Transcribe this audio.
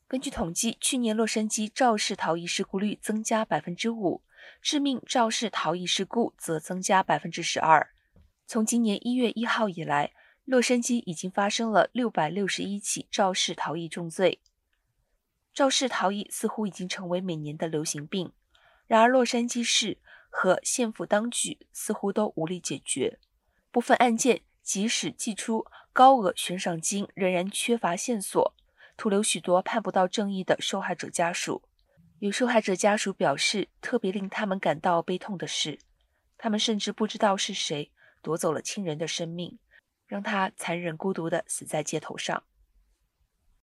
根据统计，去年洛杉矶肇事逃逸事故率增加 5%， 致命肇事逃逸事故则增加 12%。从今年1月1号以来，洛杉矶已经发生了661起肇事逃逸重罪。肇事逃逸似乎已经成为每年的流行病，然而洛杉矶市和县府当局似乎都无力解决。部分案件即使寄出高额悬赏金，仍然缺乏线索，徒留许多盼不到正义的受害者家属。有受害者家属表示，特别令他们感到悲痛的是，他们甚至不知道是谁夺走了亲人的生命，让他残忍孤独地死在街头上。